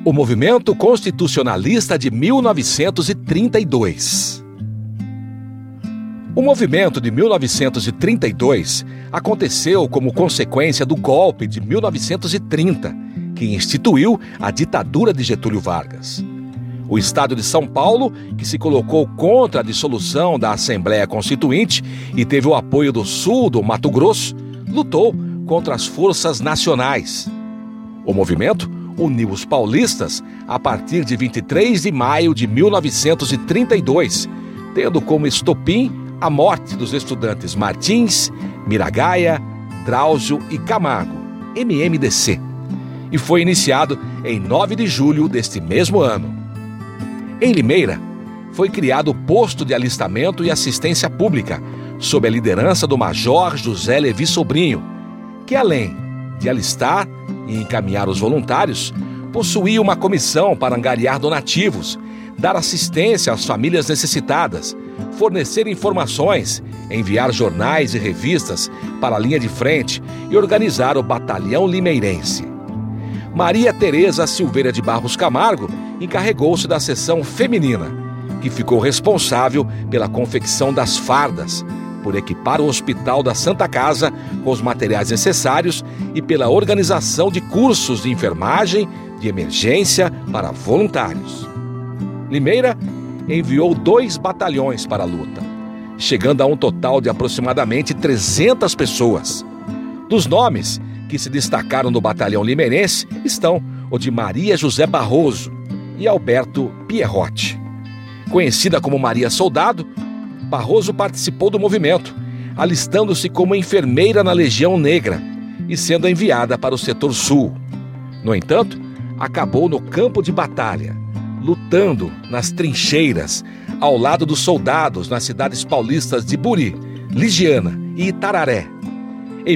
O movimento constitucionalista de 1932. O movimento de 1932 aconteceu como consequência do golpe de 1930, que instituiu a ditadura de Getúlio Vargas. O Estado de São Paulo, que se colocou contra a dissolução da Assembleia Constituinte e teve o apoio do sul do Mato Grosso, lutou contra as forças nacionais. O movimento uniu os paulistas a partir de 23 de maio de 1932, tendo como estopim a morte dos estudantes Martins, Miragaia, Drauzio e Camargo, MMDC, e foi iniciado em 9 de julho deste mesmo ano. Em Limeira, foi criado o Posto de Alistamento e Assistência Pública, sob a liderança do Major José Levi Sobrinho, que além de alistar e encaminhar os voluntários, possuía uma comissão para angariar donativos, dar assistência às famílias necessitadas, fornecer informações, enviar jornais e revistas para a linha de frente e organizar o Batalhão Limeirense. Maria Tereza Silveira de Barros Camargo encarregou-se da seção feminina, que ficou responsável pela confecção das fardas, por equipar o Hospital da Santa Casa com os materiais necessários e pela organização de cursos de enfermagem de emergência para voluntários. Limeira enviou 2 batalhões para a luta, chegando a um total de aproximadamente 300 pessoas. Dos nomes que se destacaram no batalhão limeirense estão o de Maria José Barroso e Alberto Pierrotti. Conhecida como Maria Soldado, Barroso participou do movimento, alistando-se como enfermeira na Legião Negra e sendo enviada para o setor sul. No entanto, acabou no campo de batalha, lutando nas trincheiras, ao lado dos soldados nas cidades paulistas de Buri, Ligiana e Itararé. Em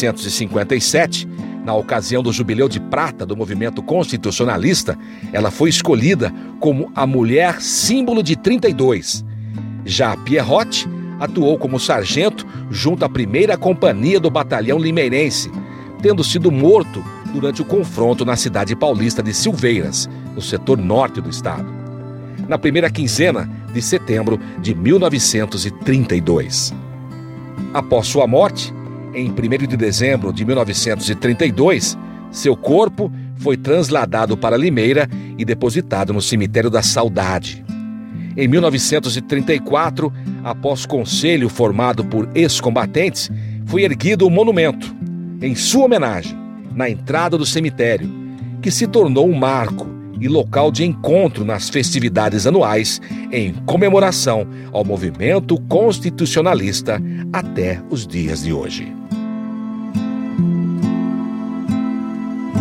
1957, na ocasião do Jubileu de Prata do movimento constitucionalista, ela foi escolhida como a mulher símbolo de 32. Já Pierrotti atuou como sargento junto à 1ª Companhia do Batalhão Limeirense, tendo sido morto durante o confronto na cidade paulista de Silveiras, no setor norte do estado, na primeira quinzena de setembro de 1932. Após sua morte, em 1º de dezembro de 1932, seu corpo foi trasladado para Limeira e depositado no Cemitério da Saudade. Em 1934, após conselho formado por ex-combatentes, foi erguido um monumento, em sua homenagem, na entrada do cemitério, que se tornou um marco e local de encontro nas festividades anuais em comemoração ao movimento constitucionalista até os dias de hoje.